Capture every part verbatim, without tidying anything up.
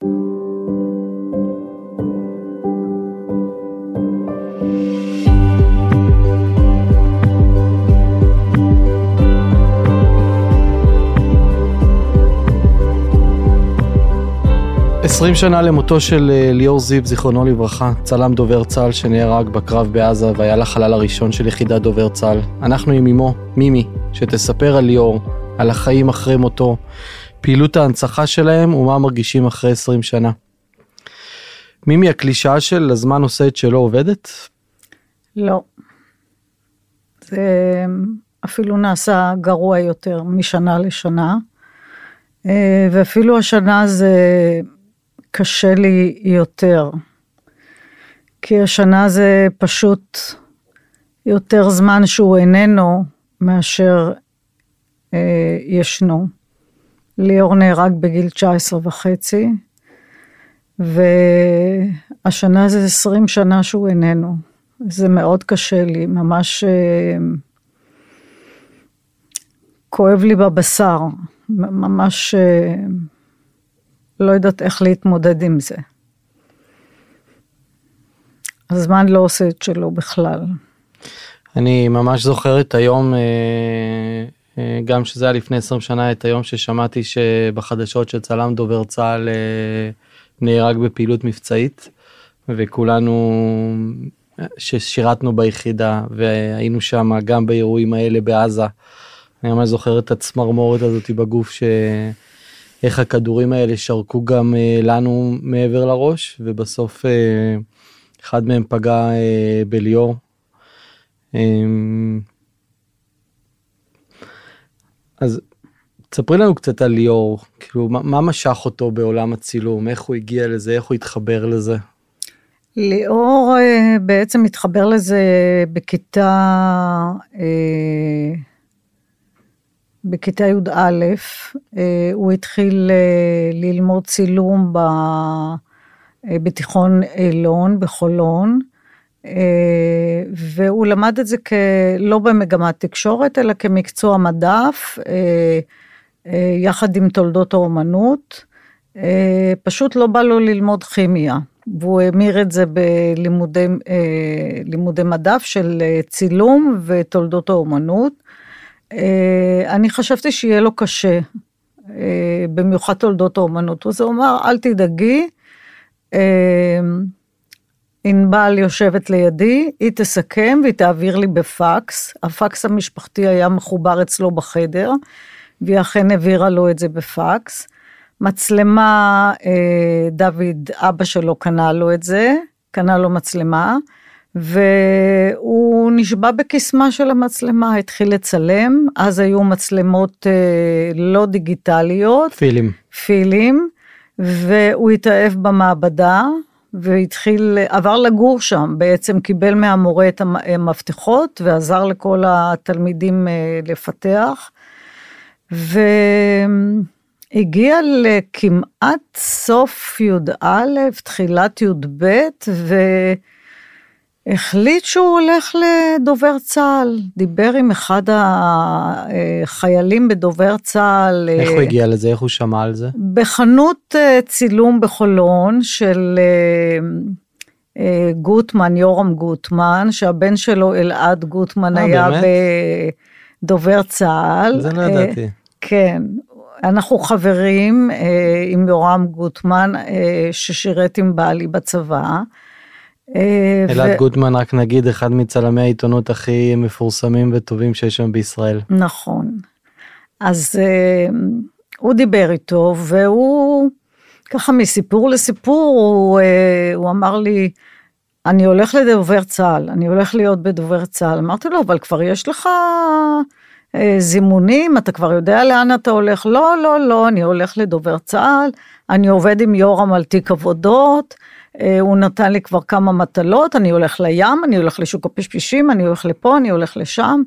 עשרים שנה למותו של ליאור זיו, זיכרונו לברכה, צלם דובר צה"ל שנהרג בקרב בעזה והיה לחלל הראשון של יחידת דובר צה"ל. אנחנו עם אמו, מימי, שתספר על ליאור, על החיים אחרי מותו, פעילות ההנצחה שלהם ומה מרגישים אחרי עשרים שנה. מימי, הקלישאה של הזמן עושה את שלא עובדת? לא. זה אפילו נעשה גרוע יותר משנה לשנה, ואפילו השנה זה קשה לי יותר, כי השנה זה פשוט יותר זמן שהוא איננו מאשר אה, ישנו. ליאור נהרג בגיל תשע עשרה וחצי, והשנה זה עשרים שנה שהוא איננו. זה מאוד קשה לי, ממש אה, כואב לי בבשר, ממש אה, לא יודעת איך להתמודד עם זה. הזמן לא עושה את שלו בכלל. אני ממש זוכר את היום, גם שזה היה לפני עשרים שנה, את היום ששמעתי שבחדשות שצלם דובר צה"ל נהרג בפעילות מבצעית, וכולנו ששירתנו ביחידה, והיינו שם גם באירועים האלה בעזה. אני ממש זוכר את הצמרמורת הזאת בגוף, ש... איך הכדורים האלה שרקו גם לנו מעבר לראש, ובסוף אחד מהם פגע בליאור. אז תספרי לנו קצת על ליאור, כאילו, מה, מה משך אותו בעולם הצילום, איך הוא הגיע לזה, איך הוא התחבר לזה? ליאור בעצם התחבר לזה בכיתה, בכיתה י' א', הוא התחיל ללמוד צילום בתיכון אילון, בחולון, והוא למד את זה לא במגמת תקשורת, אלא כמקצוע מדף, יחד עם תולדות האומנות, פשוט לא בא לו ללמוד כימיה, והוא המיר את זה בלימודי לימודי מדף של צילום ותולדות האומנות. אני חשבתי שיהיה לו קשה, במיוחד תולדות האומנות, אז הוא אמר, אל תדאגי, ענבל יושבת לידי, היא תסכם והיא תעביר לי בפקס, הפקס המשפחתי היה מחובר אצלו בחדר, והיא אכן העבירה לו את זה בפקס, מצלמה, דוד אבא שלו קנה לו את זה, קנה לו מצלמה, והוא נשבע בקסמה של המצלמה, התחיל לצלם, אז היו מצלמות לא דיגיטליות, פילים, פילים, והוא התאהב במעבדה, והתחיל, עבר לגור שם, בעצם קיבל מהמורה את המפתחות, ועזר לכל התלמידים לפתח, והגיע לכמעט סוף י' א', תחילת י' ב', והחליט שהוא הולך לדובר צה"ל, דיבר עם אחד החיילים בדובר צה"ל. איך הוא הגיע לזה? איך הוא שמע על זה? בחנות צילום בחולון של גוטמן, יורם גוטמן, שהבן שלו אלעד גוטמן היה בדובר צה"ל. זה לא ידעתי. כן, אנחנו חברים עם יורם גוטמן, ששירת עם בעלי בצבא. אלעד גוטמן, רק נגיד, אחד מצלמי העיתונות הכי מפורסמים וטובים שיש שם בישראל. נכון. אז הוא דיבר איתו, והוא, ככה מסיפור לסיפור, הוא, הוא אמר לי, אני הולך לדובר צה"ל, אני הולך להיות בדובר צה"ל. אמרתי לו, אבל כבר יש לך זימונים, אתה כבר יודע לאן אתה הולך? לא, לא, לא, אני הולך לדובר צה"ל, אני עובד עם יורם על תיק עבודות, הוא נתן לי כבר כמה מטלות, אני הולך לים, אני הולך לשוק הפשפישים, אני הולך לפה, אני הולך לשם.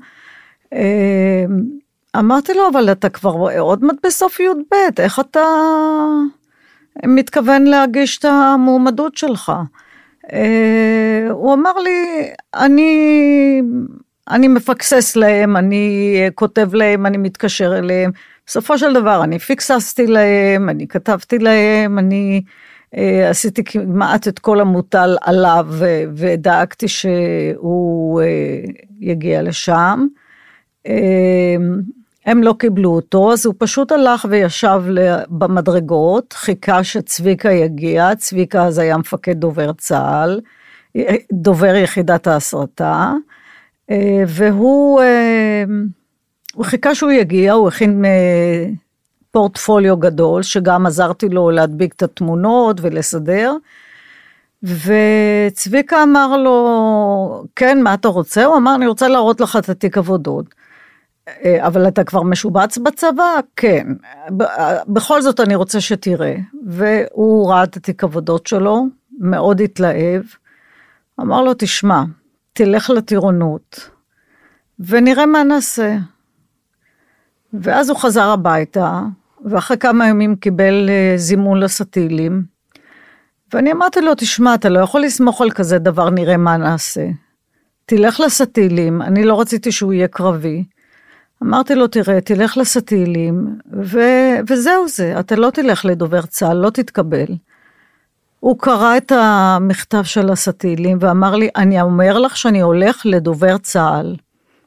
אמרתי לו, אבל אתה כבר עוד מעט בסוף י' ב', איך אתה מתכוון להגיש את המועמדות שלך? הוא אמר לי, אני, אני מפקסס להם, אני כותב להם, אני מתקשר אליהם, בסופו של דבר, אני פיקססתי להם, אני כתבתי להם, אני אה, עשיתי כמעט את כל המוטל עליו, ו- ודאגתי שהוא אה, יגיע לשם. אה, הם לא קיבלו אותו, אז הוא פשוט הלך וישב במדרגות, חיכה שצביקה יגיע, צביקה אז היה מפקד דובר צה"ל, דובר יחידת ההסרטה, והוא הוא חיכה שהוא יגיע, הוא הכין פורטפוליו גדול, שגם עזרתי לו להדביק את התמונות ולסדר, וצביקה אמר לו, כן, מה אתה רוצה? הוא אמר, אני רוצה להראות לך את התיק עבודות. אבל אתה כבר משובץ בצבא? כן. בכל זאת אני רוצה שתראה. והוא ראה את התיק עבודות שלו, מאוד התלהב. אמר לו, תשמע, תלך לטירונות, ונראה מה נעשה. ואז הוא חזר הביתה, ואחרי כמה ימים קיבל זימון לסטילים, ואני אמרתי לו, תשמע, אתה לא יכול לסמוך על כזה דבר, נראה מה נעשה. תלך לסטילים, אני לא רציתי שהוא יהיה קרבי. אמרתי לו, תראה, תלך לסטילים, ו- וזהו זה, אתה לא תלך לדובר צה"ל, לא תתקבל. הוא קרא את המכתב של הסטילים, ואמר לי, אני אומר לך שאני הולך לדובר צה"ל.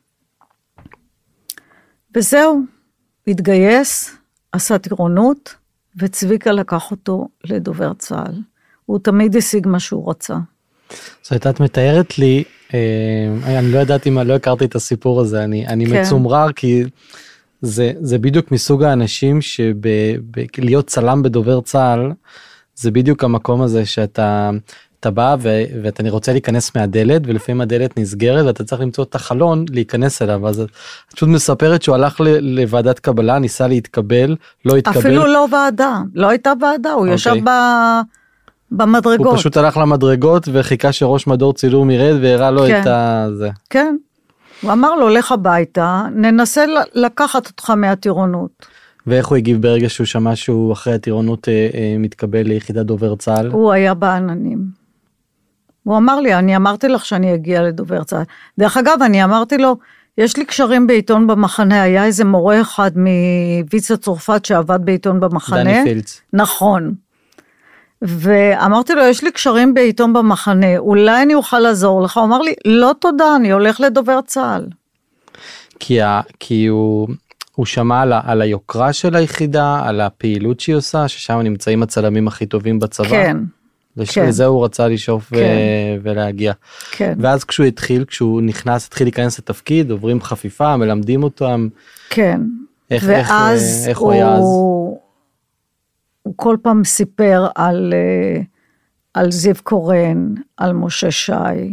וזהו, התגייס, עשה טירונות, וצביקה לקח אותו לדובר צה"ל. הוא תמיד השיג מה שהוא רצה. זאת אומרת, את מתארת לי, אה, אני לא ידעתי מה, לא הכרתי את הסיפור הזה, אני, אני כן. מצומרר, כי זה, זה בדיוק מסוג האנשים שלהיות צלם בדובר צה"ל, זה בדיוק המקום הזה שאתה אתה בא ו, ואתה רוצה להיכנס מהדלת, ולפעמים הדלת נסגרת, ואתה צריך למצוא את החלון להיכנס אליו, אז את פשוט מספרת שהוא הלך לוועדת קבלה, ניסה להתקבל, לא התקבל. אפילו לא ועדה, לא הייתה ועדה, הוא okay. ישב ב... במדרגות. הוא פשוט הלך למדרגות, וחיכה שראש מדור צילום ירד, והראה לו כן. את זה. כן, הוא אמר לו, לך הביתה, ננסה לקחת אותך מהטירונות. ואיך הוא הגיב ברגע שהוא שמע שהוא אחרי הטירונות אה, אה, מתקבל ליחידת דובר צה"ל? הוא היה בעננים. הוא אמר לי, אני אמרתי לך שאני אגיע לדובר צה"ל. דרך אגב, אני אמרתי לו, יש לי קשרים בעיתון במחנה, היה איזה מורה אחד מוויצה צרפת שעבד בעיתון במחנה. דני פילץ. נכון. ואמרתי לו, יש לי קשרים בעיתון במחנה, אולי אני אוכל לעזור לך. הוא אמר לי, לא תודה, אני הולך לדובר צה"ל. כי, ה, כי הוא, הוא שמע על, על היוקרה של היחידה, על הפעילות שהיא עושה, ששם נמצאים הצלמים הכי טובים בצבא. כן. לש... כן. לזה הוא רצה לשאוף כן. ו... ולהגיע. כן. ואז כשהוא התחיל, כשהוא נכנס, התחיל להיכנס לתפקיד, עוברים חפיפה, מלמדים אותם. כן. איך, ואז איך, איך הוא... הוא היה אז? הוא כל פעם סיפר על, על זיו קורן, על משה שי.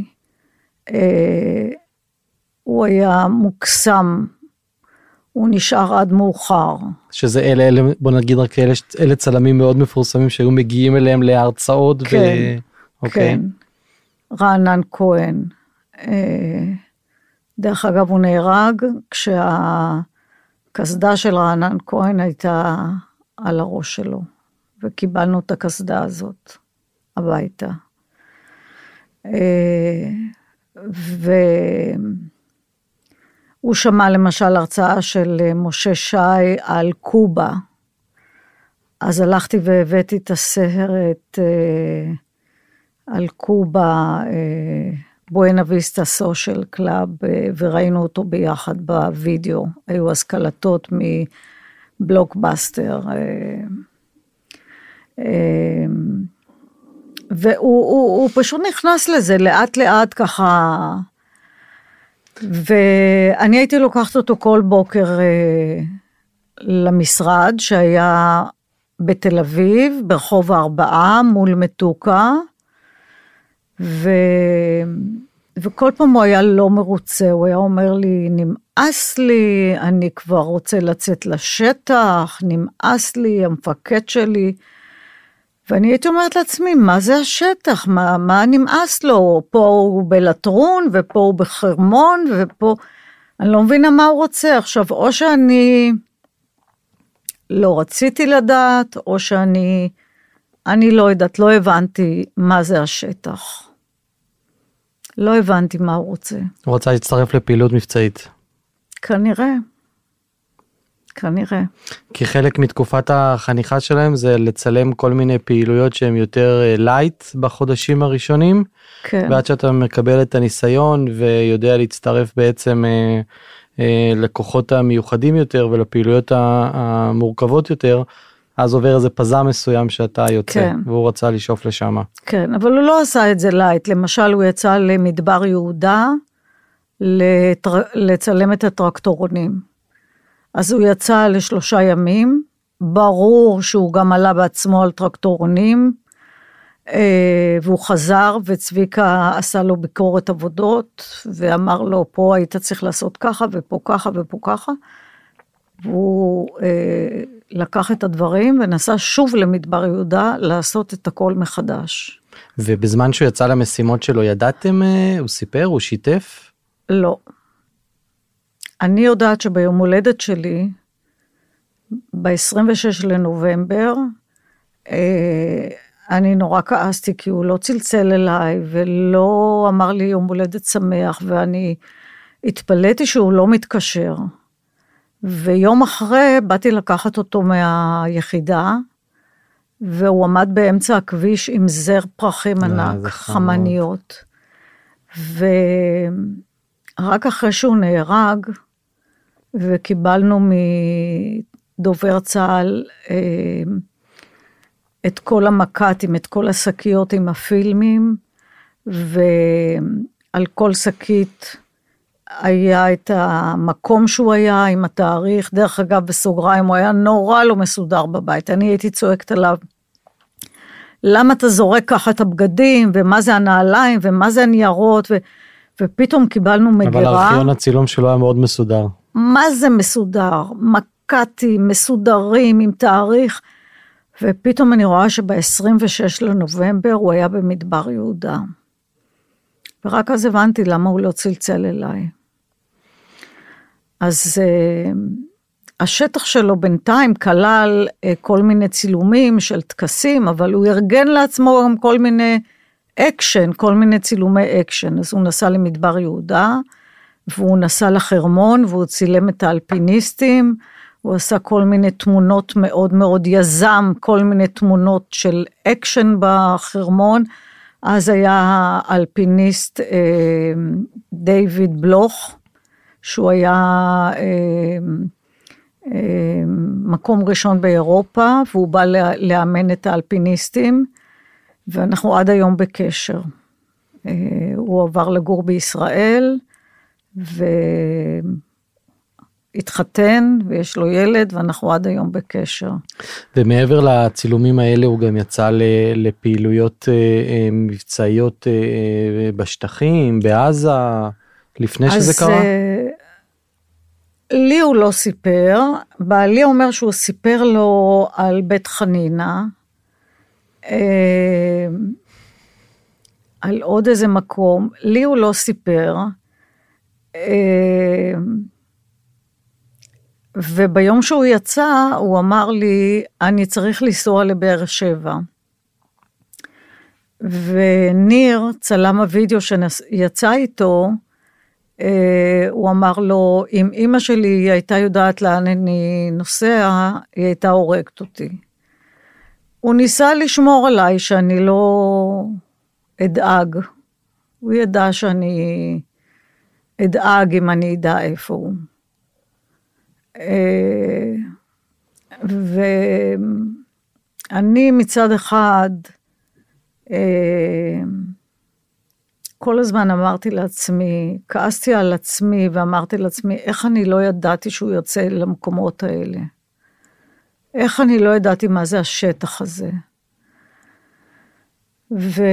הוא היה מוקסם, הוא נשאר עד מאוחר. שזה אלה, אלה בוא נגיד רק אלה, אלה צלמים מאוד מפורסמים שהיו מגיעים אליהם להרצאות. כן, ו... כן. Okay. רענן כהן. דרך אגב הוא נהרג כשהקסדה של רענן כהן הייתה על הראש שלו. וקיבלנו את הכסדה הזאת הביתה. והוא שמע למשל הרצאה של משה שי על קובה, אז הלכתי והבאתי את הסרט על קובה, בואנה ויסטה סושיאל קלאב, וראינו אותו ביחד בווידאו, היו אז קלטות מבלוקבאסטר, והוא הוא, הוא פשוט נכנס לזה לאט לאט ככה, ואני הייתי לוקחת אותו כל בוקר למשרד שהיה בתל אביב, ברחוב הארבעה מול מתוקה, ו... וכל פעם הוא היה לא מרוצה, הוא היה אומר לי, נמאס לי, אני כבר רוצה לצאת לשטח, נמאס לי, המפקד שלי, ואני הייתי אומרת לעצמי, מה זה השטח? מה, מה נמאס לו? פה הוא בלטרון, ופה הוא בחרמון, ופה... אני לא מבינה מה הוא רוצה. עכשיו, או שאני לא רציתי לדעת, או שאני... אני לא יודעת, לא הבנתי מה זה השטח. לא הבנתי מה הוא רוצה. הוא רוצה להצטרף לפעילות מבצעית. כנראה. כנראה. כי חלק מתקופת החניכה שלהם זה לצלם כל מיני פעילויות שהן יותר לייט בחודשים הראשונים, כן. ועד שאתה מקבל את הניסיון ויודע להצטרף בעצם אה, אה, לכוחות המיוחדים יותר ולפעילויות המורכבות יותר, אז עובר איזה פזם מסוים שאתה יוצא, כן. והוא רצה לשאוף לשם. כן, אבל הוא לא עשה את זה לייט, למשל הוא יצא למדבר יהודה, לטר... לצלם את הטרקטורונים. אז הוא יצא לשלושה ימים, ברור שהוא גם עלה בעצמו על טרקטורונים, והוא חזר, וצביקה עשה לו ביקורת עבודות, ואמר לו, פה היית צריך לעשות ככה, ופה ככה, ופה ככה, והוא אה, לקח את הדברים, ונסע שוב למדבר יהודה, לעשות את הכל מחדש. ובזמן שהוא יצא למשימות שלו, ידעתם, הוא סיפר, הוא שיתף? לא. אני יודעת שביום הולדת שלי, ב-עשרים ושש לנובמבר, אה, אני נורא כעסתי, כי הוא לא צלצל אליי, ולא אמר לי יום הולדת שמח, ואני התפלאתי שהוא לא מתקשר. ויום אחרי, באתי לקחת אותו מהיחידה, והוא עמד באמצע הכביש עם זר פרחים ענק, חמניות. ורק אחרי שהוא נהרג, וקיבלנו מדובר צה"ל, את כל המקטים, את כל השקיות עם הפילמים, ועל כל שקית היה את המקום שהוא היה, עם התאריך, דרך אגב בסוגריים, הוא היה נורא לא מסודר בבית, אני הייתי צועקת עליו, למה אתה זורק ככה את הבגדים, ומה זה הנעליים, ומה זה הניירות, ו... ופתאום קיבלנו מגירה. אבל הארכיון הצילום שלו היה מאוד מסודר. מה זה מסודר? מקטים, מסודרים, עם תאריך, ופתאום אני רואה שב-עשרים ושש לנובמבר הוא היה במדבר יהודה. ורק אז הבנתי למה הוא לא צלצל אליי. אז uh, השטח שלו בינתיים כלל uh, כל מיני צילומים של תקסים, אבל הוא ארגן לעצמו גם כל מיני אקשן, כל מיני צילומי אקשן. אז הוא נסע למדבר יהודה, והוא נסע לחרמון, והוא צילם את האלפיניסטים, הוא עשה כל מיני תמונות מאוד מאוד יזם, כל מיני תמונות של אקשן בחרמון, אז היה האלפיניסט אה, דיוויד בלוך, שהוא היה אה, אה, מקום ראשון באירופה, והוא בא לאמן את האלפיניסטים, ואנחנו עד היום בקשר. אה, הוא עבר לגור בישראל, ו... התחתן ויש לו ילד ואנחנו עד היום בקשר. ומעבר לצילומים האלה הוא גם יצא לפעילויות מבצעיות בשטחים, בעזה, לפני שזה קרה? לי הוא לא סיפר, בעלי אומר שהוא סיפר לו על בית חנינה, על עוד איזה מקום, לי הוא לא סיפר, וביום שהוא יצא, הוא אמר לי, אני צריך לנסוע לבאר שבע. וניר, צלם הוידאו שיצא איתו, הוא אמר לו, אם אמא שלי הייתה יודעת לאן אני נוסע, היא הייתה הורגת אותי. הוא ניסה לשמור עליי שאני לא אדאג. הוא ידע שאני אדאג אם אני אדע איפה הוא. ואני מצד אחד, כל הזמן אמרתי לעצמי, כעסתי על עצמי ואמרתי לעצמי, איך אני לא ידעתי שהוא יוצא למקומות האלה? איך אני לא ידעתי מה זה השטח הזה? ואחר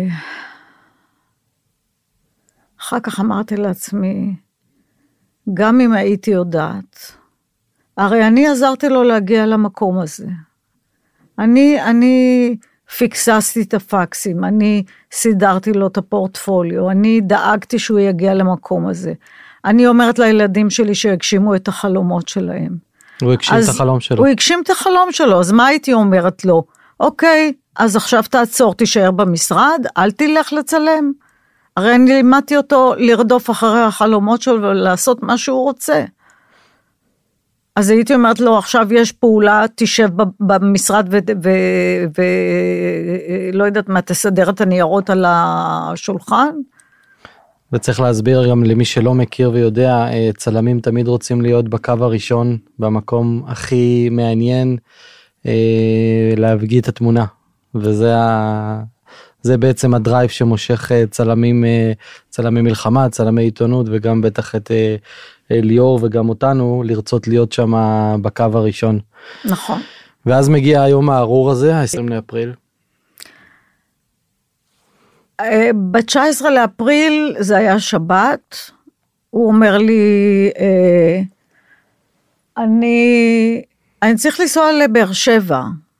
כך אמרתי לעצמי, גם אם הייתי יודעת, הרי אני עזרתי לו להגיע למקום הזה. אני, אני פיקססתי את הפקסים, אני סידרתי לו את הפורטפוליו, אני דאגתי שהוא יגיע למקום הזה. אני אומרת לילדים שלי שהגשימו את החלומות שלהם. הוא הגשים את החלום שלו. הוא הגשים את החלום שלו, אז מה הייתי אומרת לו? אוקיי, אז עכשיו תעצור, תישאר במשרד, אל תלך לצלם. הרי אני לימדתי אותו לרדוף אחרי החלומות שלו ולעשות מה שהוא רוצה. אז הייתי אומרת לו, עכשיו יש פעולה, תשב במשרד ולא יודעת מה, תסדר את הניירות על השולחן. וצריך להסביר גם למי שלא מכיר ויודע, צלמים תמיד רוצים להיות בקו הראשון, במקום הכי מעניין, להביא את התמונה. וזה ה... זה בעצם הדרייב שמושך צלמים, צלמי מלחמה, צלמי עיתונות, וגם בטח את ליאור וגם אותנו, לרצות להיות שם בקו הראשון. נכון. ואז מגיע היום הארור הזה, ה-עשרים לאפריל. ב-תשעה עשר לאפריל זה היה שבת, הוא אומר לי, אני, אני צריך לנסוע לבאר שבע.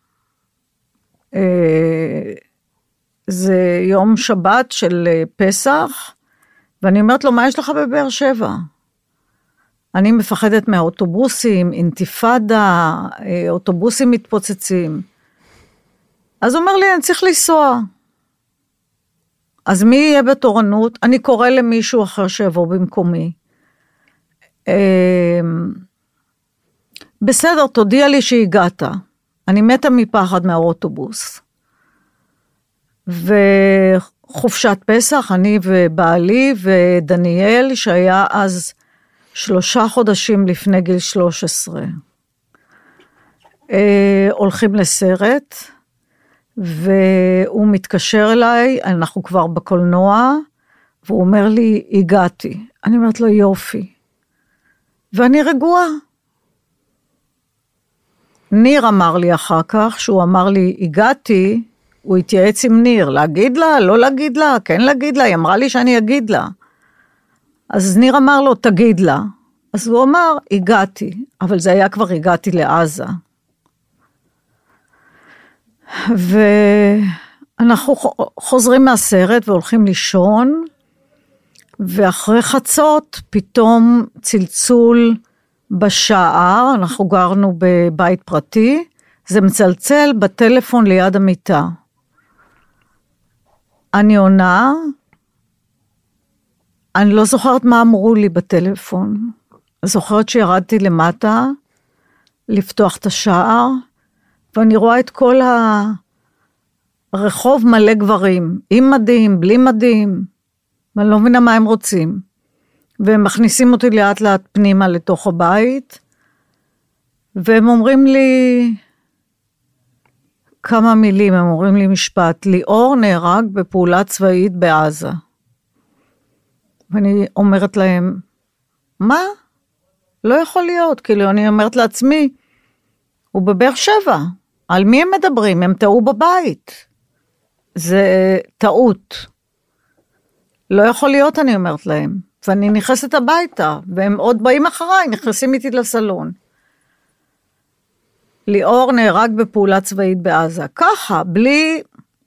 זה יום שבת של פסח, ואני אומרת לו, מה יש לך בבאר שבע? אני מפחדת מהאוטובוסים, אינתיפאדה, אוטובוסים מתפוצצים. אז הוא אומר לי, אני צריך לנסוע. אז מי יהיה בתורנות? אני קורא למישהו אחר שיבוא במקומי. בסדר, תודיע לי שהגעת. אני מתה מפחד מהאוטובוס. וחופשת פסח, אני ובעלי ודניאל, שהיה אז שלושה חודשים לפני גיל שלוש עשרה. הולכים לסרט, והוא מתקשר אליי, אנחנו כבר בקולנוע, והוא אומר לי, הגעתי. אני אומרת לו, יופי. ואני רגועה. ניר אמר לי אחר כך, שהוא אמר לי, הגעתי, הוא התייעץ עם ניר, להגיד לה, לא להגיד לה, כן להגיד לה, היא אמרה לי שאני אגיד לה. אז ניר אמר לו, תגיד לה. אז הוא אמר, הגעתי, אבל זה היה כבר הגעתי לעזה. ואנחנו חוזרים מהסרט והולכים לישון, ואחרי חצות פתאום צלצול בשער, אנחנו גרנו בבית פרטי, זה מצלצל בטלפון ליד המיטה. אני עונה, אני לא זוכרת מה אמרו לי בטלפון, זוכרת שירדתי למטה, לפתוח את השער, ואני רואה את כל הרחוב מלא גברים, עם מדים, בלי מדים, ואני לא מבינה מה הם רוצים, והם מכניסים אותי לאט לאט פנימה לתוך הבית, והם אומרים לי כמה מילים, הם אומרים לי משפט, ליאור נהרג בפעולה צבאית בעזה. ואני אומרת להם, מה? לא יכול להיות, כאילו אני אומרת לעצמי, הוא בבאר שבע, על מי הם מדברים? הם טעו בבית. זה טעות. לא יכול להיות, אני אומרת להם. ואני נכנסת הביתה, והם עוד באים אחריי, נכנסים איתי לסלון. ליאור נהרג בפעולה צבאית בעזה. ככה, בלי...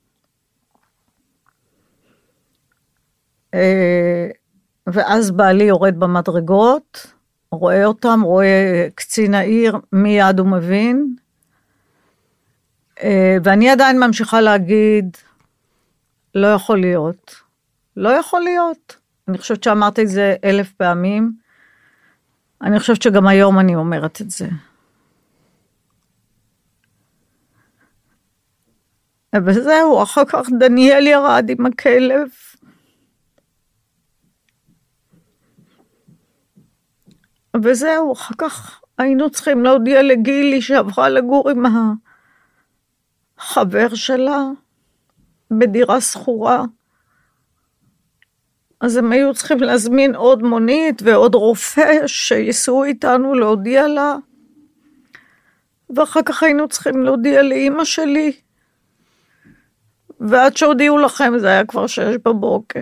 ואז בעלי יורד במדרגות, רואה אותם, רואה קצין העיר, מיד הוא מבין, ואני עדיין ממשיכה להגיד, לא יכול להיות, לא יכול להיות, אני חושבת שאמרתי את זה אלף פעמים, אני חושבת שגם היום אני אומרת את זה. וזהו, אחר כך דניאל ירד עם הכלב, וזהו, אחר כך היינו צריכים להודיע לגילי שעברה לגור עם החבר שלה בדירה סחורה. אז הם היו צריכים להזמין עוד מונית ועוד רופא שיסעו איתנו להודיע לה. ואחר כך היינו צריכים להודיע לאמא שלי. ועד שהודיעו לכם זה היה כבר שש בבוקר.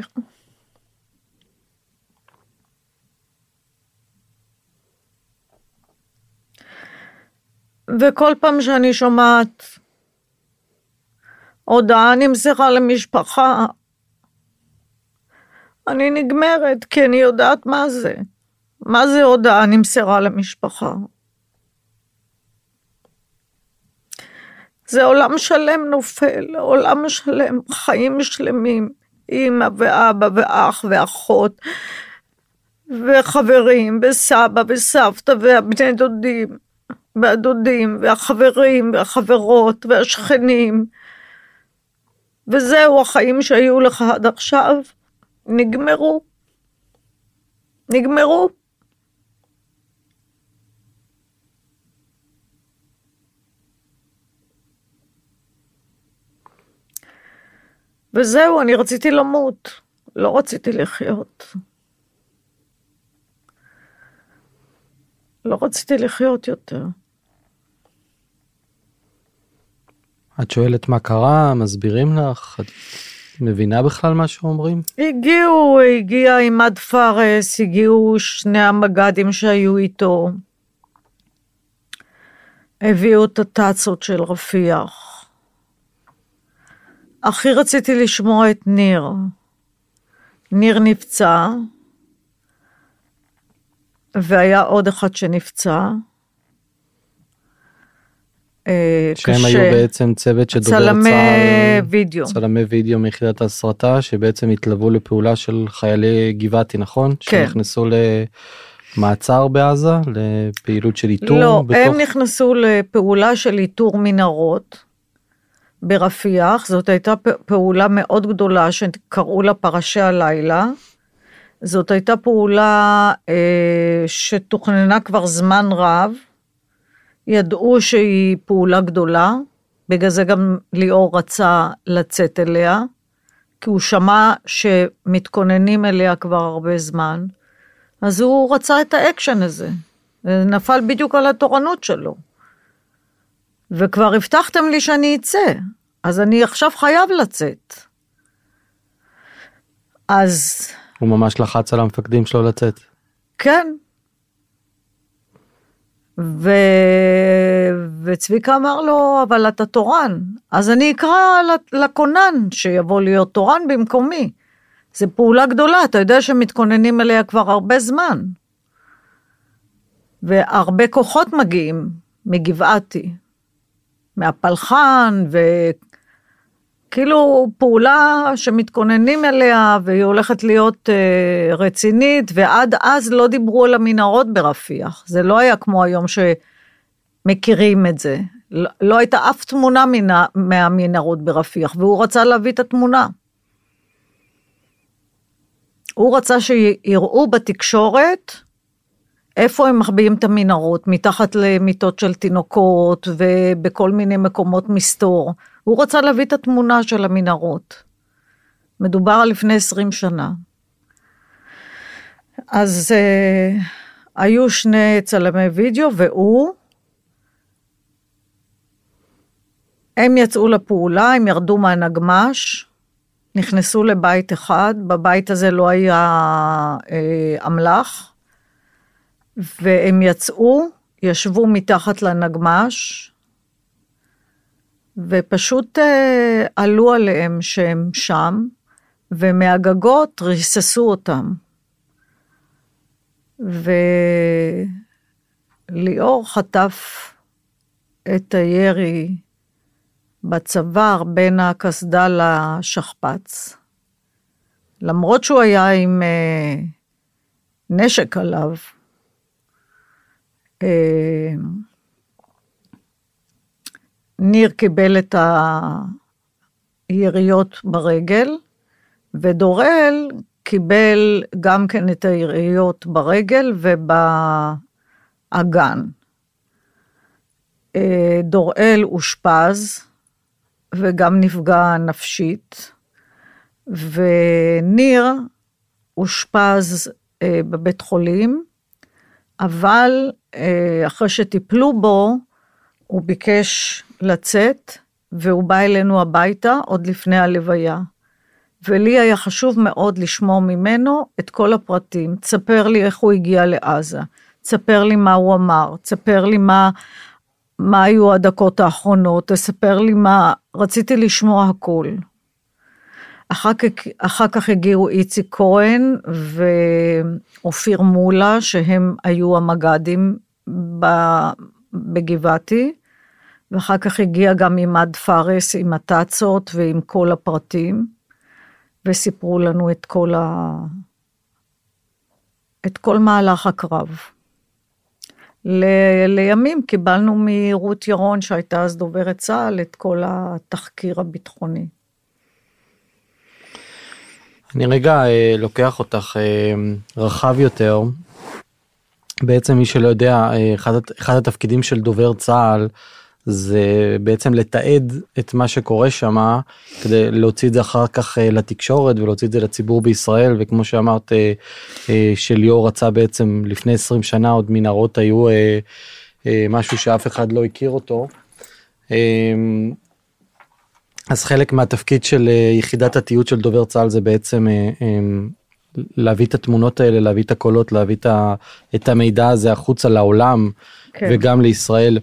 וכל פעם שאני שומעת הודעה נמסרה למשפחה, אני נגמרת, כי אני יודעת מה זה. מה זה הודעה נמסרה למשפחה? זה עולם שלם נופל, עולם שלם, חיים שלמים, אמא ואבא ואח ואחות, וחברים, וסבא וסבתא, והבני דודים, והדודים, והחברים, והחברות, והשכנים, וזהו החיים שהיו לך עד עכשיו, נגמרו. נגמרו. וזהו, אני רציתי למות, לא רציתי לחיות. לא רציתי לחיות יותר. את שואלת מה קרה, מסבירים לך, את מבינה בכלל מה שאומרים? הגיעו, הגיע עימד פארס, הגיעו שני המג"דים שהיו איתו, הביאו את הטאצות של רפיח. הכי רציתי לשמוע את ניר. ניר נפצע, והיה עוד אחד שנפצע. שהם קשה. היו בעצם צוות שדובר צלמי צהל, וידאו. צלמי וידאו מיחידת הסרטה, שבעצם התלוו לפעולה של חיילי גבעתי, נכון? כן. שנכנסו למעצר בעזה, לפעילות של איתור? לא, בתוך... הם נכנסו לפעולה של איתור מנהרות ברפיח. זאת הייתה פעולה מאוד גדולה שקראו לה פרשי הלילה. זאת הייתה פעולה אה, שתוכננה כבר זמן רב, ידעו שהיא פעולה גדולה, בגלל זה גם ליאור רצה לצאת אליה, כי הוא שמע שמתכוננים אליה כבר הרבה זמן, אז הוא רצה את האקשן הזה, נפל בדיוק על התורנות שלו, וכבר הבטחתם לי שאני אצא, אז אני עכשיו חייב לצאת. אז... הוא ממש לחץ על המפקדים שלו לצאת. כן. ו... וצביקה אמר לו, אבל אתה תורן, אז אני אקרא לכונן שיבוא להיות תורן במקומי. זו פעולה גדולה, אתה יודע שמתכוננים אליה כבר הרבה זמן. והרבה כוחות מגיעים מגבעתי, מהפלחן, וכאילו פעולה שמתכוננים אליה, והיא הולכת להיות uh, רצינית, ועד אז לא דיברו על המנהרות ברפיח. זה לא היה כמו היום שמכירים את זה. לא, לא הייתה אף תמונה מנה, מהמנהרות ברפיח, והוא רצה להביא את התמונה. הוא רצה שיראו בתקשורת, איפה הם מחביאים את המנהרות, מתחת למיטות של תינוקות, ובכל מיני מקומות מסתור. הוא רצה להביא את התמונה של המנהרות. מדובר על לפני עשרים שנה. אז uh, היו שני צלמי וידאו, והוא, הם יצאו לפעולה, הם ירדו מהנגמש, נכנסו לבית אחד, בבית הזה לא היה uh, אמל"ח, והם יצאו, ישבו מתחת לנגמש, ופשוט אה, עלו עליהם שהם שם, ומהגגות ריססו אותם. וליאור חטף את הירי בצוואר בין הקסדה לשכפץ. למרות שהוא היה עם אה, נשק עליו, ניר קיבל את היריות ברגל, ודורל קיבל גם כן את היריות ברגל ובאגן. דורל אושפז, וגם נפגע נפשית, וניר אושפז בבית חולים, אבל אחרי שטיפלו בו, הוא ביקש לצאת, והוא בא אלינו הביתה עוד לפני הלוויה. ולי היה חשוב מאוד לשמוע ממנו את כל הפרטים. תספר לי איך הוא הגיע לעזה, תספר לי מה הוא אמר, תספר לי מה, מה היו הדקות האחרונות, תספר לי מה, רציתי לשמוע הכל. אחר כך, אחר כך הגיעו איציק כהן ואופיר מולה, שהם היו המג"דים בגבעתי, ואחר כך הגיע גם עימד פארס עם הטאצות ועם כל הפרטים, וסיפרו לנו את כל, ה... את כל מהלך הקרב. ל- לימים קיבלנו מרות ירון, שהייתה אז דוברת צה"ל, את כל התחקיר הביטחוני. אני רגע אה, לוקח אותך אה, רחב יותר. בעצם מי שלא יודע, אה, אחד, אחד התפקידים של דובר צה"ל, זה בעצם לתעד את מה שקורה שם, כדי להוציא את זה אחר כך לתקשורת, ולהוציא את זה לציבור בישראל, וכמו שאמרת, שליאור רצה בעצם לפני עשרים שנה, עוד מנהרות היו משהו שאף אחד לא הכיר אותו. אז חלק מהתפקיד של יחידת התיעוד של דובר צה"ל, זה בעצם להביא את התמונות האלה, להביא את הקולות, להביא את המידע הזה החוצה לעולם, כן. וגם לישראל.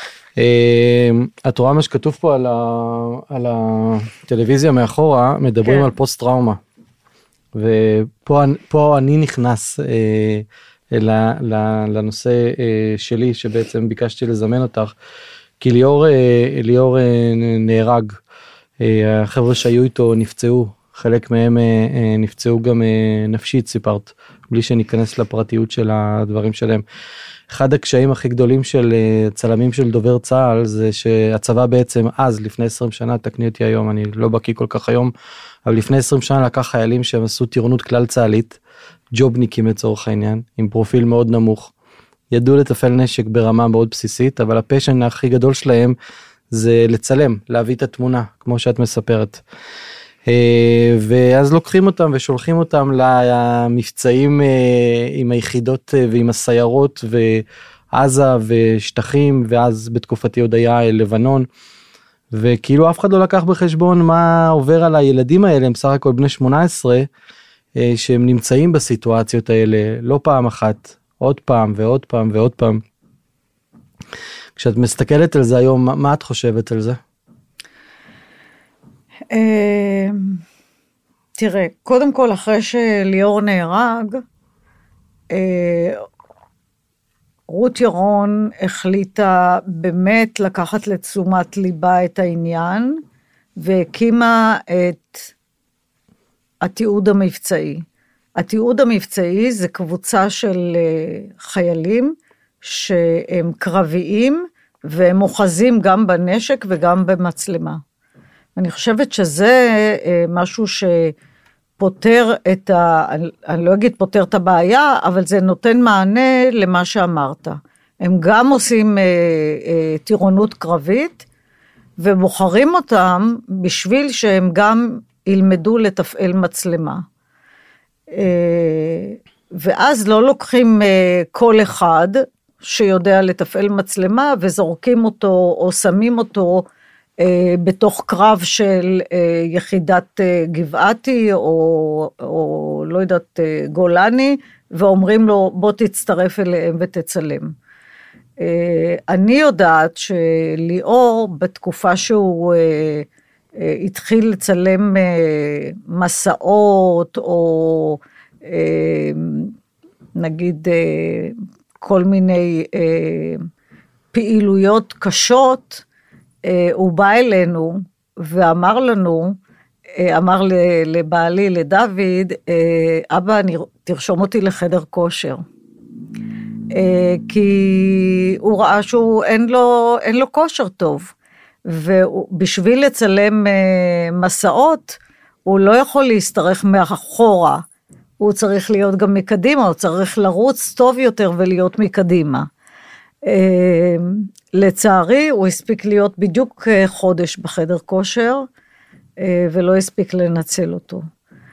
את רואה מה שכתוב פה על, ה, על הטלוויזיה מאחורה, מדברים כן. על פוסט טראומה, ופה פה אני נכנס אה, ל, ל, לנושא אה, שלי, שבעצם ביקשתי לזמן אותך, כי ליאור, אה, ליאור אה, נהרג, אה, החבר'ה שהיו איתו נפצעו, חלק מהם אה, אה, נפצעו גם אה, נפשית, סיפרת, בלי שניכנס לפרטיות של הדברים שלהם. אחד הקשיים הכי גדולים של צלמים של דובר צה"ל, זה שהצבא בעצם אז, לפני עשרים שנה, תקני אותי היום, אני לא בקיא כל כך היום, אבל לפני עשרים שנה לקח חיילים שהם עשו טירונות כלל צה"לית, ג'ובניקים לצורך העניין, עם פרופיל מאוד נמוך, ידעו לתפעל נשק ברמה מאוד בסיסית, אבל הפשן הכי גדול שלהם, זה לצלם, להביא את התמונה, כמו שאת מספרת. ואז לוקחים אותם ושולחים אותם למבצעים עם היחידות ועם הסיירות ועזה ושטחים, ואז בתקופתי עוד היה לבנון, וכאילו אף אחד לא לקח בחשבון מה עובר על הילדים האלה, הם סך הכל בני שמונה עשרה, שהם נמצאים בסיטואציות האלה לא פעם אחת, עוד פעם ועוד פעם ועוד פעם. כשאת מסתכלת על זה היום, מה את חושבת על זה? תראה, קודם כל אחרי שליאור נהרג, רות ירון החליטה באמת לקחת לתשומת ליבה את העניין, והקימה את התיעוד המבצעי. התיעוד המבצעי זה קבוצה של חיילים שהם קרביים, והם מוחזים גם בנשק וגם במצלמה. אני חושבת שזה משהו שפותר את ה... אני לא אגיד פותר את הבעיה, אבל זה נותן מענה למה שאמרת. הם גם עושים אה, אה, טירונות קרבית, ובוחרים אותם בשביל שהם גם ילמדו לתפעל מצלמה. אה, ואז לא לוקחים אה, כל אחד שיודע לתפעל מצלמה, וזורקים אותו או שמים אותו, בתוך קרב של יחידת גבעתי, או, או לא יודעת, גולני, ואומרים לו, בוא תצטרף אליהם ותצלם. אני יודעת שליאור, בתקופה שהוא התחיל לצלם מסעות, או נגיד כל מיני פעילויות קשות, הוא בא אלינו ואמר לנו, אמר לבעלי, לדוד, אבא, אני, תרשום אותי לחדר כושר. כי הוא ראה שהוא אין לו, אין לו כושר טוב, ובשביל לצלם מסעות, הוא לא יכול להסתרך מאחורה, הוא צריך להיות גם מקדימה, הוא צריך לרוץ טוב יותר ולהיות מקדימה. לצערי, הוא הספיק להיות בדיוק חודש בחדר כושר, ולא הספיק לנצל אותו.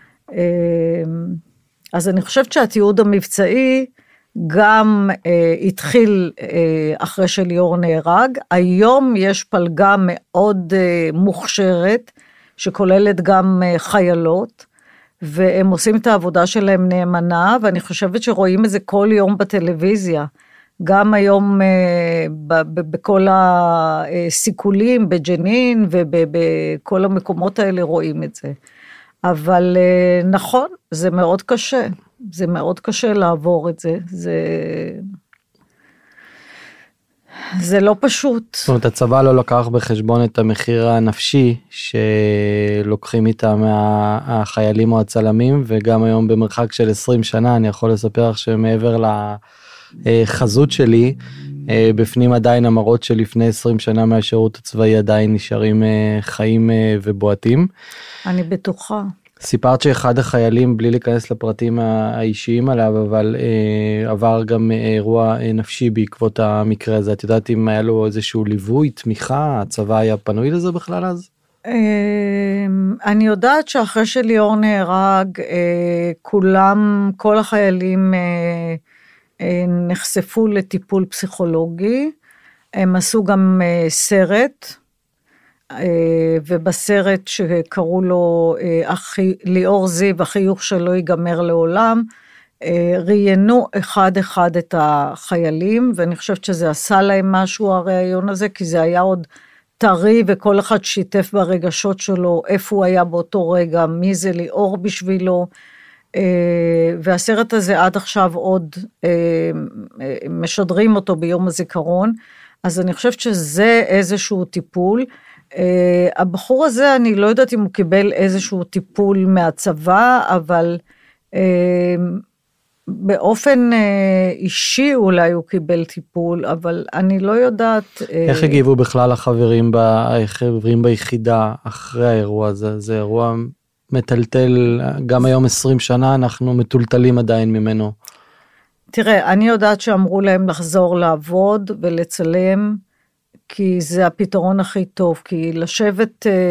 אז אני חושבת שהתיעוד המבצעי, גם התחיל אחרי שליאור נהרג, היום יש פלגה מאוד מוכשרת, שכוללת גם חיילות, והם עושים את העבודה שלהם נאמנה, ואני חושבת שרואים את זה כל יום בטלוויזיה, גם היום בכל הסיכולים, בג'נין ובכל המקומות האלה רואים את זה. אבל נכון, זה מאוד קשה, זה מאוד קשה לעבור את זה, זה... זה לא פשוט. זאת אומרת, הצבא לא לקח בחשבון את המחיר הנפשי שלוקחים איתם החיילים או הצלמים, וגם היום במרחק של עשרים שנה, אני יכול לספר שמעבר לחזות שלי, בפנים עדיין המראות של לפני עשרים שנה מהשירות הצבאי עדיין נשארים חיים ובועטים. אני בטוחה. סיפרת שאחד החיילים, בלי להיכנס לפרטים האישיים עליו, אבל אה, עבר גם אירוע נפשי בעקבות המקרה הזה. את יודעת אם היה לו איזשהו ליווי, תמיכה, הצבא היה פנוי לזה בכלל אז? אה, אני יודעת שאחרי שליאור נהרג, אה, כולם, כל החיילים אה, אה, נחשפו לטיפול פסיכולוגי, הם עשו גם אה, סרט, ובסרט שקראו לו ליאור זיו, החיוך שלו ייגמר לעולם, ראיינו אחד אחד את החיילים, ואני חושבת שזה עשה להם משהו הרעיון הזה, כי זה היה עוד טרי, וכל אחד שיתף ברגשות שלו, איפה הוא היה באותו רגע, מי זה ליאור בשבילו, והסרט הזה עד עכשיו עוד משדרים אותו ביום הזיכרון, אז אני חושבת שזה איזשהו טיפול. Uh, הבחור הזה, אני לא יודעת אם הוא קיבל איזשהו טיפול מהצבא, אבל uh, באופן uh, אישי אולי הוא קיבל טיפול, אבל אני לא יודעת. Uh, איך הגיבו בכלל החברים, החברים ביחידה אחרי האירוע הזה? זה אירוע מטלטל, גם היום עשרים שנה אנחנו מטולטלים עדיין ממנו. תראה, אני יודעת שאמרו להם לחזור לעבוד ולצלם, כי זה הפתרון הכי טוב, כי לשבת אה,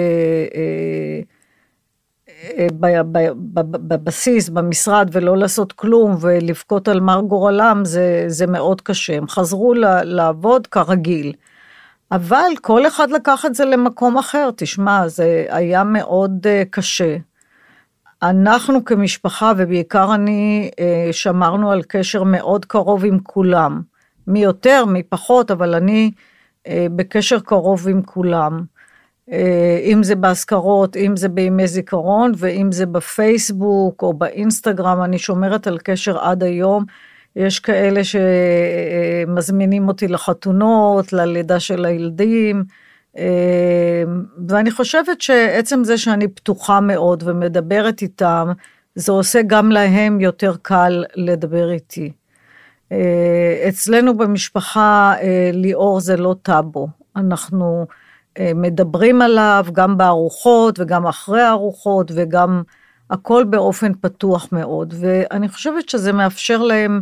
אה, אה, בבסיס, במשרד, ולא לעשות כלום, ולבכות על מר גורלם, זה, זה מאוד קשה. הם חזרו לעבוד כרגיל. אבל כל אחד לקח את זה למקום אחר, תשמע, זה היה מאוד אה, קשה. אנחנו כמשפחה, ובעיקר אני, אה, שמרנו על קשר מאוד קרוב עם כולם. מי יותר, מי פחות, אבל אני בקשר קרוב עם כולם, אם זה בהזכרות, אם זה בימי זיכרון, ואם זה בפייסבוק או באינסטגרם, אני שומרת על קשר עד היום, יש כאלה שמזמינים אותי לחתונות, ללידה של הילדים, ואני חושבת שעצם זה שאני פתוחה מאוד ומדברת איתם, זה עושה גם להם יותר קל לדבר איתי. אצלנו במשפחה ליאור זה לא טאבו, אנחנו מדברים עליו גם בארוחות וגם אחרי הארוחות וגם הכל באופן פתוח מאוד, ואני חושבת שזה מאפשר להם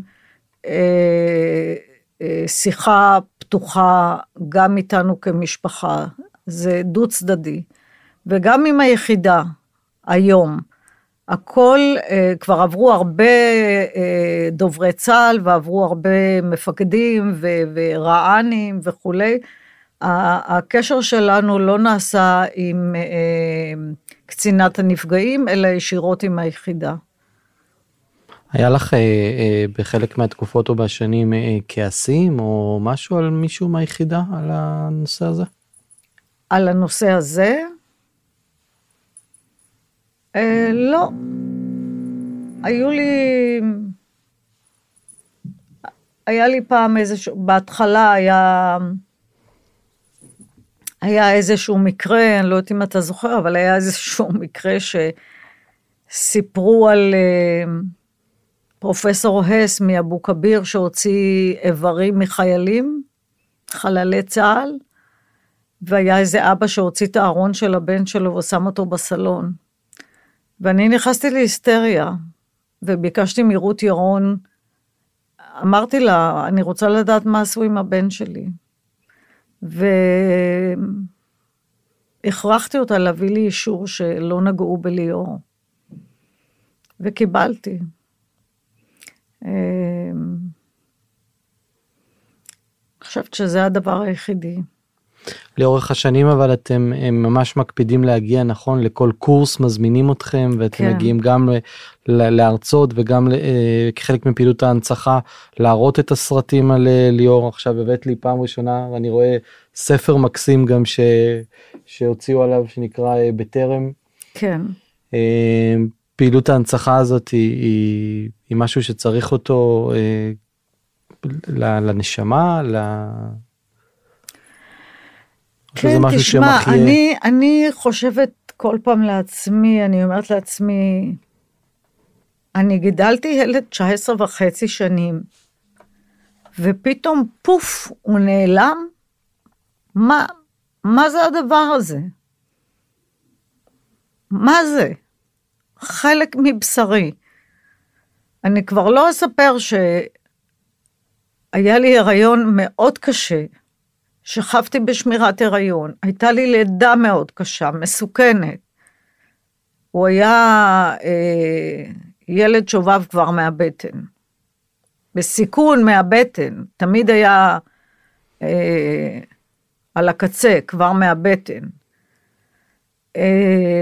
שיחה פתוחה גם איתנו כמשפחה, זה דו צדדי, וגם עם היחידה היום, הכל, כבר עברו הרבה דוברי צה"ל, ועברו הרבה מפקדים ורענים וכולי, הקשר שלנו לא נעשה עם קצינת הנפגעים, אלא ישירות עם היחידה. היה לך בחלק מהתקופות או בשנים כעסים, או משהו על מישהו מהיחידה, על הנושא הזה? על הנושא הזה? אה, לא, היו לי, היה לי פעם איזשהו, בהתחלה היה, היה איזשהו מקרה, אני לא יודעת אם אתה זוכר, אבל היה איזשהו מקרה שסיפרו על אה, פרופסור הס מאבו כביר, שהוציא איברים מחיילים, חללי צה"ל, והיה איזה אבא שהוציא את הארון של הבן שלו ושם אותו בסלון. ואני נכנסתי להיסטריה, וביקשתי מרות ירון, אמרתי לה, אני רוצה לדעת מה עשו עם הבן שלי. והכרחתי אותה להביא לי אישור שלא נגעו בליאור. וקיבלתי. אני חושבת שזה הדבר היחידי. לאורך השנים אבל אתם ממש מקפידים להגיע נכון לכל קורס, מזמינים אתכם ואתם כן. מגיעים גם לארצות וגם כחלק מפעילות ההנצחה להראות את הסרטים על ליאור. עכשיו הבאת לי פעם ראשונה ואני רואה ספר מקסים גם ש... שהוציאו עליו שנקרא בטרם. כן. פעילות ההנצחה הזאת היא, היא, היא משהו שצריך אותו לנשמה, ל... שזה משהו תשמע, שמחיה? אני, אני חושבת כל פעם לעצמי, אני אומרת לעצמי, אני גידלתי ילד תשע עשרה וחצי שנים, ופתאום פוף, הוא נעלם, מה, מה זה הדבר הזה? מה זה? חלק מבשרי. אני כבר לא אספר שהיה לי הריון מאוד קשה, שכבתי בשמירת הריון, הייתה לי לידה מאוד קשה, מסוכנת. הוא היה אה, ילד שובב כבר מהבטן, בסיכון מהבטן, תמיד היה אה, על הקצה, כבר מהבטן. אה,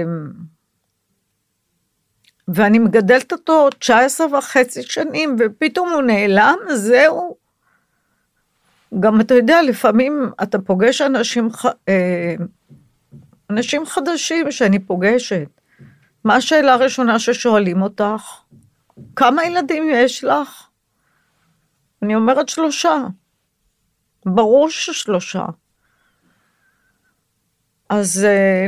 ואני מגדלת אותו תשע עשרה וחצי שנים, ופתאום הוא נעלם, זהו. גם אתה יודע, לפעמים אתה פוגש אנשים, אנשים חדשים שאני פוגשת. מה השאלה הראשונה ששואלים אותך? כמה ילדים יש לך? אני אומרת שלושה. ברור ששלושה. אז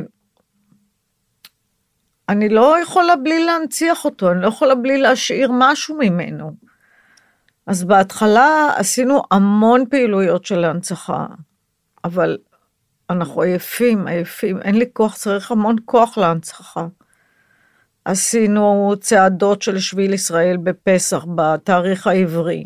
אני לא יכולה בלי להנציח אותו, אני לא יכולה בלי להשאיר משהו ממנו. אז בהתחלה עשינו המון פעילויות של ההנצחה, אבל אנחנו עייפים, עייפים, אין לי כוח, צריך המון כוח להנצחה. עשינו צעדות של שביל ישראל בפסח, בתאריך העברי,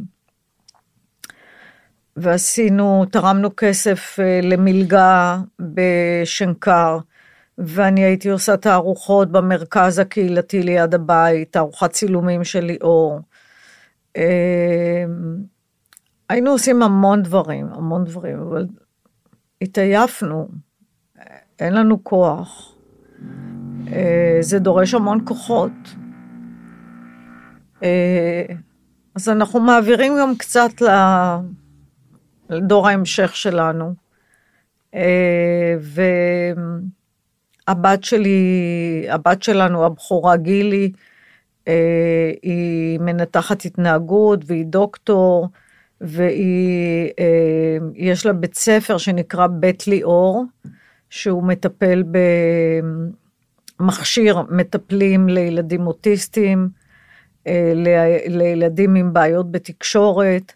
ועשינו, תרמנו כסף למלגה בשנקר, ואני הייתי עושה תערוכות במרכז הקהילתי ליד הבית, תערוכת צילומים של ליאור, היינו עושים המון דברים, המון דברים, אבל התעייפנו, אין לנו כוח, זה דורש המון כוחות, אז אנחנו מעבירים גם קצת לדור ההמשך שלנו, והבת שלי, הבת שלנו, הבחורה גילי, היא מנתחת התנהגות, והיא דוקטור, והיא, יש לה בית ספר שנקרא בית ליאור, שהוא מטפל במכשיר מטפלים לילדים אוטיסטים, לילדים עם בעיות בתקשורת,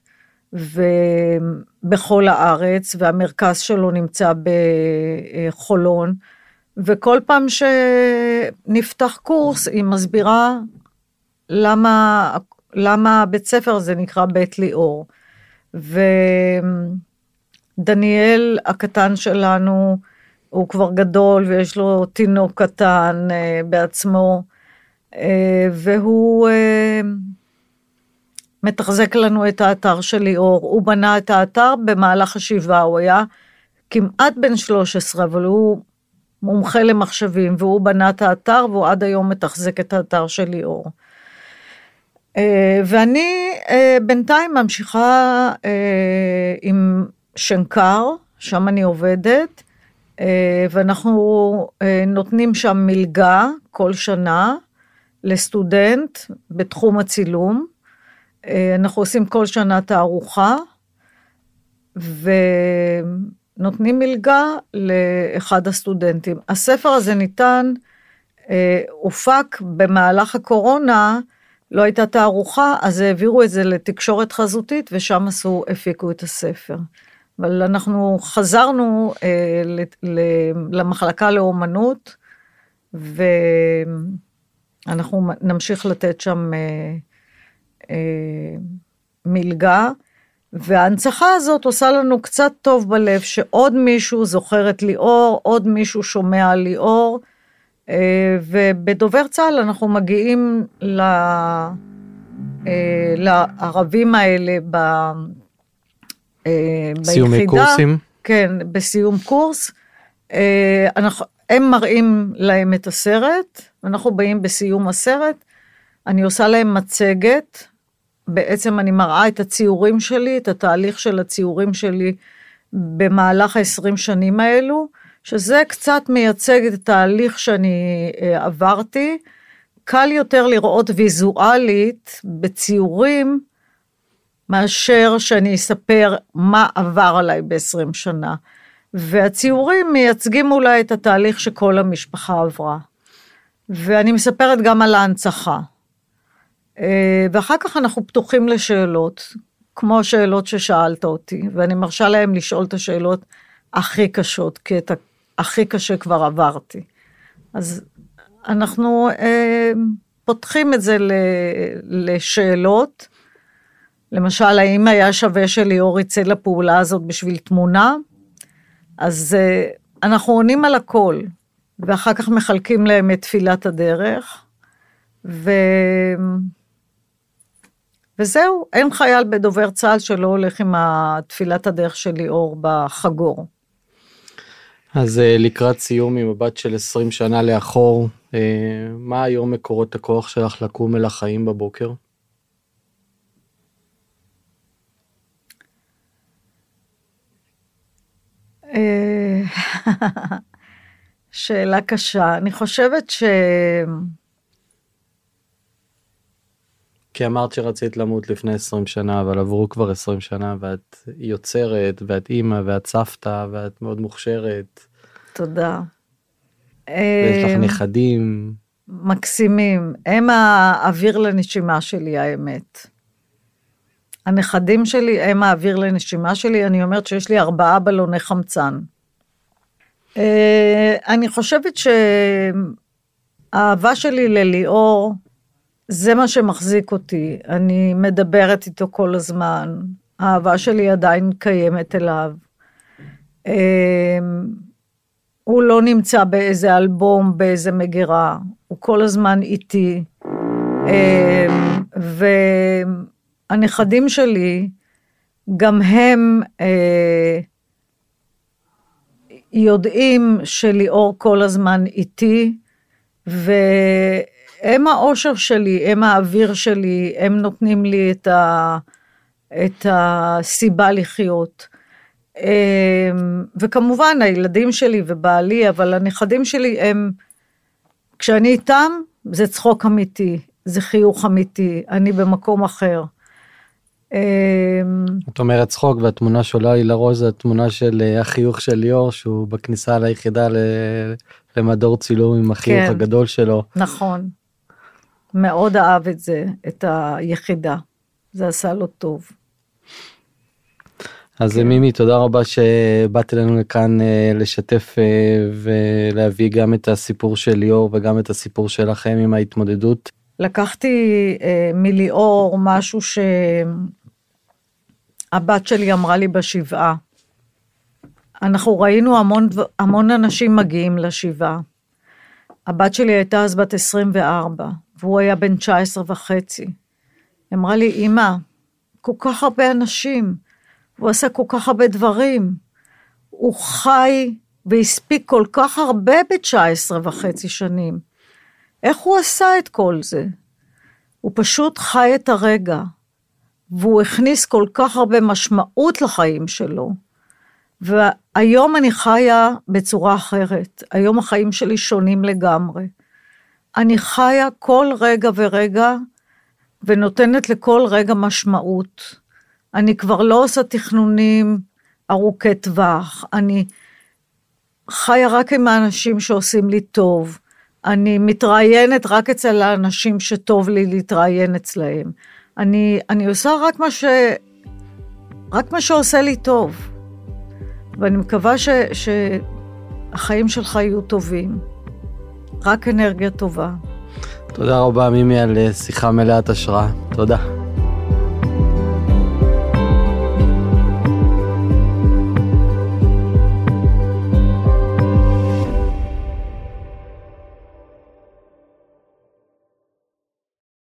ובכל הארץ, והמרכז שלו נמצא בחולון, וכל פעם שנפתח קורס, היא מסבירה למה, למה בית ספר הזה נקרא בית ליאור. ודניאל הקטן שלנו, הוא כבר גדול, ויש לו תינוק קטן בעצמו, והוא מתחזק לנו את האתר של ליאור. הוא בנה את האתר במהלך השבעה, הוא היה כמעט בן שלוש עשרה, אבל הוא מומחה למחשבים, והוא בנה את האתר, והוא עד היום מתחזק את האתר של ליאור. ואני בינתיים ממשיכה עם שנקר, שם אני עובדת, ואנחנו נותנים שם מלגה כל שנה לסטודנט בתחום הצילום, אנחנו עושים כל שנה תערוכה, ונותנים מלגה לאחד הסטודנטים. הספר הזה ניתן, הופק במהלך הקורונה, לא הייתה תערוכה, אז העבירו את זה לתקשורת חזותית, ושם עשו, הפיקו את הספר. אבל אנחנו חזרנו אה, ל, ל, למחלקה לאומנות, ואנחנו נמשיך לתת שם אה, אה, מלגה, וההנצחה הזאת עושה לנו קצת טוב בלב, שעוד מישהו זוכר את ליאור, עוד מישהו שומע על ליאור, ובדובר צה"ל אנחנו מגיעים לערבים האלה סיומי קורסים. כן, בסיום קורס, הם מראים להם את הסרט, אנחנו באים בסיום הסרט, אני עושה להם מצגת, בעצם אני מראה את הציורים שלי, את התהליך של הציורים שלי במהלך ה-עשרים שנים האלו, שזה קצת מייצג את התהליך שאני עברתי, קל יותר לראות ויזואלית בציורים, מאשר שאני אספר מה עבר עליי ב-עשרים שנה. והציורים מייצגים אולי את התהליך שכל המשפחה עברה. ואני מספרת גם על ההנצחה. ואחר כך אנחנו פתוחים לשאלות, כמו השאלות ששאלת אותי, ואני מרשה להם לשאול את השאלות הכי קשות, כי את הכי קשה כבר עברתי. אז אנחנו אה, פותחים את זה לשאלות, למשל, האם היה שווה שליאור יצא לפעולה הזאת בשביל תמונה? אז אה, אנחנו עונים על הכל, ואחר כך מחלקים להם את תפילת הדרך, ו... וזהו, אין חייל בדובר צה"ל שלא הולך עם תפילת הדרך של ליאור בחגור. אז לקראת סיום ממבט של עשרים שנה לאחור, מה היום מקורות הכוח שלך לקום אל החיים בבוקר? שאלה קשה. אני חושבת ש... כי אמרת שרצית למות לפני עשרים שנה, אבל עברו כבר עשרים שנה, ואת יוצרת, ואת אימא, ואת סבתא, ואת מאוד מוכשרת. תודה. ויש לך נכדים. מקסימים. הם האוויר לנשימה שלי, האמת. הנכדים שלי הם האוויר לנשימה שלי, אני אומרת שיש לי ארבעה בלוני חמצן. אני חושבת שהאהבה שלי לליאור, זה מה שמחזיק אותי, אני מדברת איתו כל הזמן, האהבה שלי עדיין קיימת אליו, הוא לא נמצא באיזה אלבום, באיזה מגירה, הוא כל הזמן איתי, והנכדים שלי, גם הם יודעים שליאור כל הזמן איתי, והם האושר שלי, הם האוויר שלי, הם נותנים לי את, ה, את הסיבה לחיות. וכמובן הילדים שלי ובעלי, אבל הנכדים שלי הם, כשאני איתם, זה צחוק אמיתי, זה חיוך אמיתי, אני במקום אחר. את אומרת צחוק, והתמונה שעולה לי לראש, זה התמונה של החיוך של ליאור, שהוא בכניסה ליחידה למדור צילום עם החיוך הגדול שלו. נכון, מאוד אהב את זה, את היחידה, זה עשה לו טוב. אז מימי, תודה רבה שבאת אלינו לכאן לשתף ולהביא גם את הסיפור של ליאור, וגם את הסיפור שלכם עם ההתמודדות. לקחתי מליאור משהו ש... הבת שלי אמרה לי בשבעה, אנחנו ראינו המון, המון אנשים מגיעים לשבעה, הבת שלי הייתה אז בת עשרים וארבע, והוא היה בן תשע עשרה וחצי, אמרה לי, אמא, כל כך הרבה אנשים, הוא עשה כל כך הרבה דברים, הוא חי והספיק כל כך הרבה ב-תשע עשרה וחצי שנים, איך הוא עשה את כל זה? הוא פשוט חי את הרגע, והוא הכניס כל כך הרבה משמעות לחיים שלו, והיום אני חיה בצורה אחרת, היום החיים שלי שונים לגמרי, אני חיה כל רגע ורגע, ונותנת לכל רגע משמעות, אני כבר לא עושה תכנונים ארוכי טווח, אני חיה רק עם האנשים שעושים לי טוב, אני מתראיינת רק אצל האנשים שטוב לי להתראיין אצלהם, אני, אני עושה רק מה ש... רק מה שעושה לי טוב. ואני מקווה ש... שהחיים שלך יהיו טובים. רק אנרגיה טובה. תודה רבה מימי על שיחה מלאת השראה. תודה.